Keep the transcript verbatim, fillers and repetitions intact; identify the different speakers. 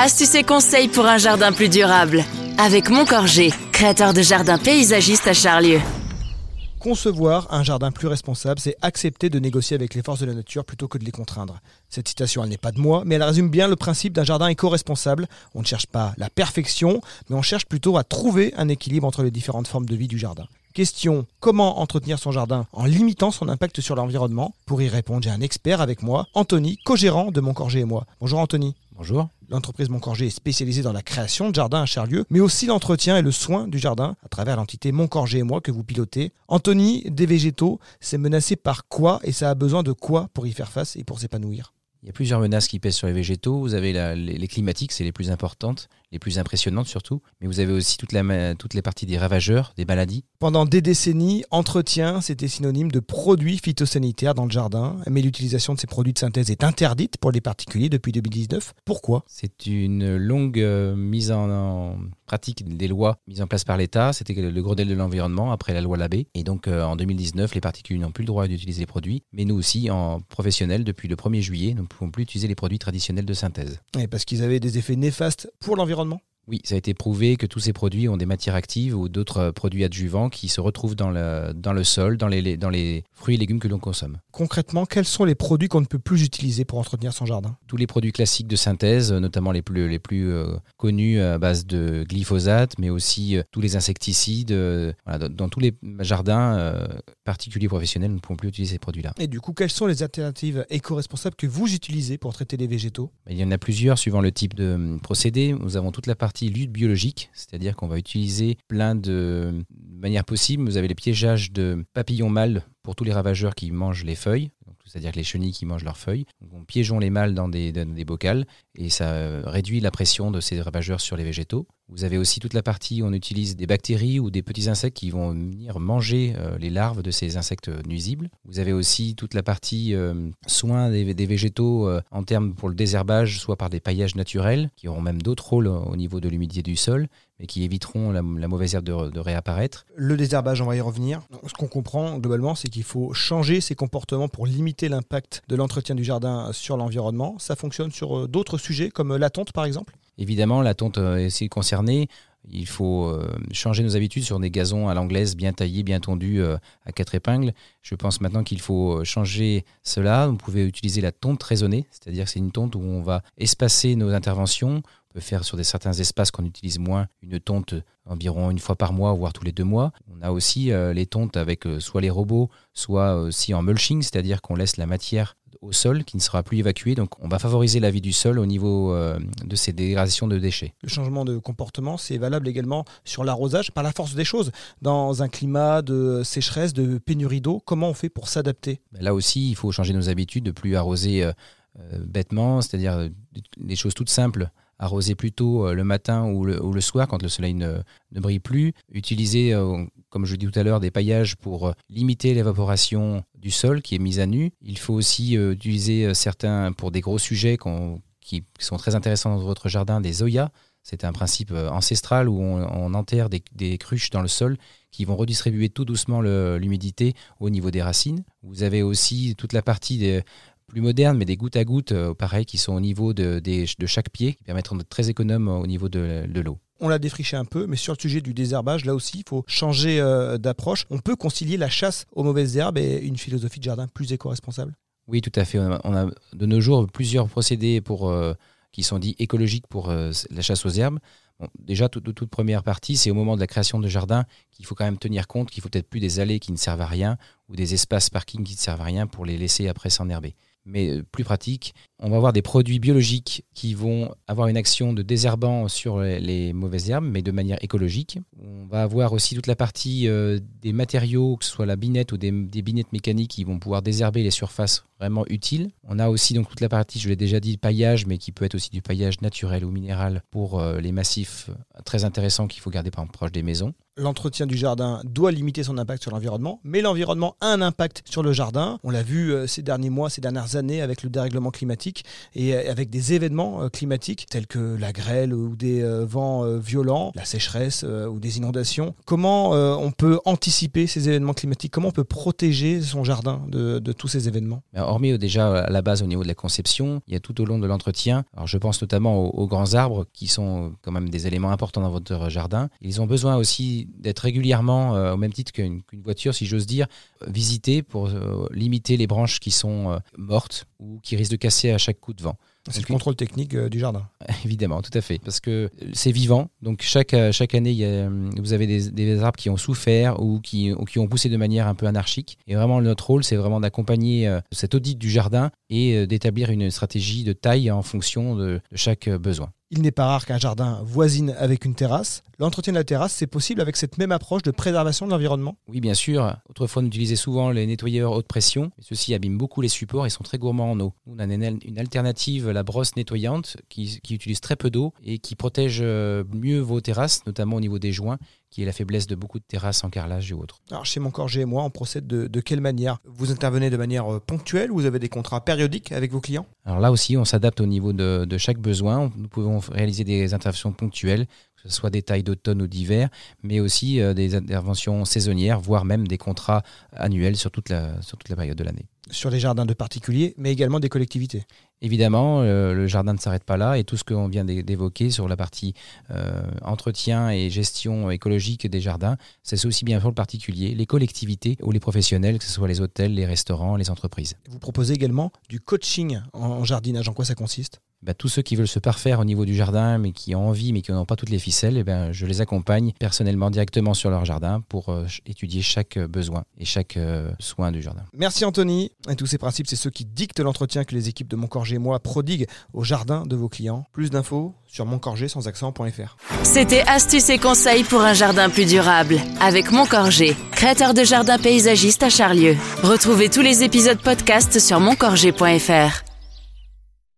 Speaker 1: Astuces et conseils pour un jardin plus durable. Avec Moncorgé, créateur de jardins paysagistes à Charlieu.
Speaker 2: Concevoir un jardin plus responsable, c'est accepter de négocier avec les forces de la nature plutôt que de les contraindre. Cette citation, elle n'est pas de moi, mais elle résume bien le principe d'un jardin éco-responsable. On ne cherche pas la perfection, mais on cherche plutôt à trouver un équilibre entre les différentes formes de vie du jardin. Question, comment entretenir son jardin en limitant son impact sur l'environnement? Pour y répondre, j'ai un expert avec moi, Anthony, co-gérant de Moncorgé et moi. Bonjour Anthony.
Speaker 3: Bonjour.
Speaker 2: L'entreprise Moncorgé est spécialisée dans la création de jardins à Charlieu, mais aussi l'entretien et le soin du jardin à travers l'entité Moncorgé et moi que vous pilotez. Anthony, des végétaux, c'est menacé par quoi et ça a besoin de quoi pour y faire face et pour s'épanouir?
Speaker 3: Il y a plusieurs menaces qui pèsent sur les végétaux. Vous avez la, les, les climatiques, c'est les plus importantes, les plus impressionnantes surtout. Mais vous avez aussi toute la, toutes les parties des ravageurs, des maladies.
Speaker 2: Pendant des décennies, entretien, c'était synonyme de produits phytosanitaires dans le jardin. Mais l'utilisation de ces produits de synthèse est interdite pour les particuliers depuis deux mille dix-neuf. Pourquoi?
Speaker 3: C'est une longue euh, mise en, en pratique des lois mises en place par l'État. C'était le Grenelle de l'environnement après la loi Labbé. Et donc euh, en deux mille dix-neuf, les particuliers n'ont plus le droit d'utiliser les produits. Mais nous aussi, en professionnels, depuis le premier juillet, nous ne pouvons plus utiliser les produits traditionnels de synthèse.
Speaker 2: Et parce qu'ils avaient des effets néfastes pour l'environnement?
Speaker 3: Oui, ça a été prouvé que tous ces produits ont des matières actives ou d'autres produits adjuvants qui se retrouvent dans le, dans le sol, dans les, dans les fruits et légumes que l'on consomme.
Speaker 2: Concrètement, quels sont les produits qu'on ne peut plus utiliser pour entretenir son jardin?
Speaker 3: Tous les produits classiques de synthèse, notamment les plus, les plus euh, connus à base de glyphosate, mais aussi euh, tous les insecticides. Euh, voilà, dans, dans tous les jardins euh, particuliers professionnels, nous ne pouvons plus utiliser ces produits-là.
Speaker 2: Et du coup, quelles sont les alternatives éco-responsables que vous utilisez pour traiter les végétaux?
Speaker 3: Il y en a plusieurs suivant le type de procédé. Nous avons toute la partie lutte biologique, c'est-à-dire qu'on va utiliser plein de manières possibles. Vous avez les piégeages de papillons mâles pour tous les ravageurs qui mangent les feuilles, donc, c'est-à-dire que les chenilles qui mangent leurs feuilles. Donc, on piégeons les mâles dans des, dans des bocals et ça réduit la pression de ces ravageurs sur les végétaux. Vous avez aussi toute la partie où on utilise des bactéries ou des petits insectes qui vont venir manger euh, les larves de ces insectes nuisibles. Vous avez aussi toute la partie euh, soins des, des végétaux euh, en termes pour le désherbage, soit par des paillages naturels, qui auront même d'autres rôles au niveau de l'humidité du sol, mais qui éviteront la, la mauvaise herbe de, de réapparaître.
Speaker 2: Le désherbage, on va y revenir. Ce qu'on comprend globalement, c'est qu'il faut changer ses comportements pour limiter l'impact de l'entretien du jardin sur l'environnement. Ça fonctionne sur d'autres sujets, comme la tonte par exemple?
Speaker 3: Évidemment, la tonte est aussi concernée. Il faut euh, changer nos habitudes sur des gazons à l'anglaise bien taillés, bien tondus euh, à quatre épingles. Je pense maintenant qu'il faut changer cela. Vous pouvez utiliser la tonte raisonnée, c'est-à-dire que c'est une tonte où on va espacer nos interventions. On peut faire sur des certains espaces qu'on utilise moins une tonte environ une fois par mois, voire tous les deux mois. On a aussi euh, les tontes avec euh, soit les robots, soit aussi en mulching, c'est-à-dire qu'on laisse la matière au sol qui ne sera plus évacuée. Donc on va favoriser la vie du sol au niveau euh, de ces dégradations de déchets.
Speaker 2: Le changement de comportement, c'est valable également sur l'arrosage par la force des choses. Dans un climat de sécheresse, de pénurie d'eau, comment on fait pour s'adapter?
Speaker 3: Là aussi, il faut changer nos habitudes, de plus arroser euh, euh, bêtement, c'est-à-dire euh, des choses toutes simples. Arroser plutôt le matin ou le, ou le soir quand le soleil ne, ne brille plus. Utiliser, euh, comme je l'ai dit tout à l'heure, des paillages pour euh, limiter l'évaporation du sol qui est mise à nu. Il faut aussi euh, utiliser certains, pour des gros sujets qu'on, qui sont très intéressants dans votre jardin, des zoyas. C'est un principe euh, ancestral où on, on enterre des, des cruches dans le sol qui vont redistribuer tout doucement le, l'humidité au niveau des racines. Vous avez aussi toute la partie des plus modernes, mais des gouttes à gouttes, euh, pareil, qui sont au niveau de, de, de chaque pied, qui permettront d'être très économes au niveau de, de l'eau.
Speaker 2: On l'a défriché un peu, mais sur le sujet du désherbage, là aussi, il faut changer euh, d'approche. On peut concilier la chasse aux mauvaises herbes et une philosophie de jardin plus éco-responsable?
Speaker 3: Oui, tout à fait. On a, on a de nos jours plusieurs procédés pour, euh, qui sont dits écologiques pour euh, la chasse aux herbes. Bon, déjà, toute, toute première partie, c'est au moment de la création de jardin qu'il faut quand même tenir compte qu'il faut peut-être plus des allées qui ne servent à rien ou des espaces parking qui ne servent à rien pour les laisser après s'enherber. Mais plus pratique, on va avoir des produits biologiques qui vont avoir une action de désherbant sur les, les mauvaises herbes, mais de manière écologique. On va avoir aussi toute la partie euh, des matériaux, que ce soit la binette ou des, des binettes mécaniques qui vont pouvoir désherber les surfaces vraiment utiles. On a aussi donc toute la partie, je l'ai déjà dit, paillage, mais qui peut être aussi du paillage naturel ou minéral pour euh, les massifs très intéressants qu'il faut garder par exemple proche des maisons.
Speaker 2: L'entretien du jardin doit limiter son impact sur l'environnement, mais l'environnement a un impact sur le jardin. On l'a vu euh, ces derniers mois, ces dernières années avec le dérèglement climatique. climatiques et avec des événements climatiques tels que la grêle ou des vents violents, la sécheresse ou des inondations. Comment on peut anticiper ces événements climatiques? Comment on peut protéger son jardin de, de tous ces événements?
Speaker 3: Hormis déjà à la base au niveau de la conception, il y a tout au long de l'entretien. Alors je pense notamment aux, aux grands arbres qui sont quand même des éléments importants dans votre jardin. Ils ont besoin aussi d'être régulièrement, euh, au même titre qu'une, qu'une voiture, si j'ose dire, visités pour euh, limiter les branches qui sont euh, mortes ou qui risquent de casser à chaque coup de vent.
Speaker 2: C'est donc, le contrôle technique euh, du jardin.
Speaker 3: Évidemment, tout à fait. Parce que c'est vivant. Donc chaque, chaque année, il y a, vous avez des, des arbres qui ont souffert ou qui, ou qui ont poussé de manière un peu anarchique. Et vraiment, notre rôle, c'est vraiment d'accompagner euh, cet audit du jardin et euh, d'établir une stratégie de taille en fonction de, de chaque besoin.
Speaker 2: Il n'est pas rare qu'un jardin voisine avec une terrasse. L'entretien de la terrasse, c'est possible avec cette même approche de préservation de l'environnement?
Speaker 3: Oui, bien sûr. Autrefois, on utilisait souvent les nettoyeurs haute pression. Ceux-ci abîment beaucoup les supports et sont très gourmands en eau. On a une alternative, la brosse nettoyante, qui, qui utilise très peu d'eau et qui protège mieux vos terrasses, notamment au niveau des joints, qui est la faiblesse de beaucoup de terrasses en carrelage et autres.
Speaker 2: Alors chez Moncorgé et moi, on procède de, de quelle manière? Vous intervenez de manière ponctuelle ou vous avez des contrats périodiques avec vos clients?
Speaker 3: Alors là aussi, on s'adapte au niveau de, de chaque besoin. Nous pouvons réaliser des interventions ponctuelles, que ce soit des tailles d'automne ou d'hiver, mais aussi euh, des interventions saisonnières, voire même des contrats annuels sur toute la, sur toute la période de l'année.
Speaker 2: Sur les jardins de particuliers, mais également des collectivités.
Speaker 3: Évidemment, euh, le jardin ne s'arrête pas là et tout ce qu'on vient d'évoquer sur la partie euh, entretien et gestion écologique des jardins, c'est aussi bien pour le particulier, les collectivités ou les professionnels, que ce soit les hôtels, les restaurants, les entreprises.
Speaker 2: Vous proposez également du coaching en, en jardinage. En quoi ça consiste?
Speaker 3: Ben, tous ceux qui veulent se parfaire au niveau du jardin, mais qui ont envie, mais qui n'ont pas toutes les ficelles, eh ben, je les accompagne personnellement directement sur leur jardin pour euh, étudier chaque besoin et chaque euh, soin du jardin.
Speaker 2: Merci Anthony. Et tous ces principes, c'est ceux qui dictent l'entretien que les équipes de Moncorgé et moi prodiguent au jardin de vos clients. Plus d'infos sur moncorgé sans accent point f r.
Speaker 1: C'était Astuces et conseils pour un jardin plus durable avec Moncorgé, créateur de jardins paysagistes à Charlieu. Retrouvez tous les épisodes podcast sur moncorgé point f r.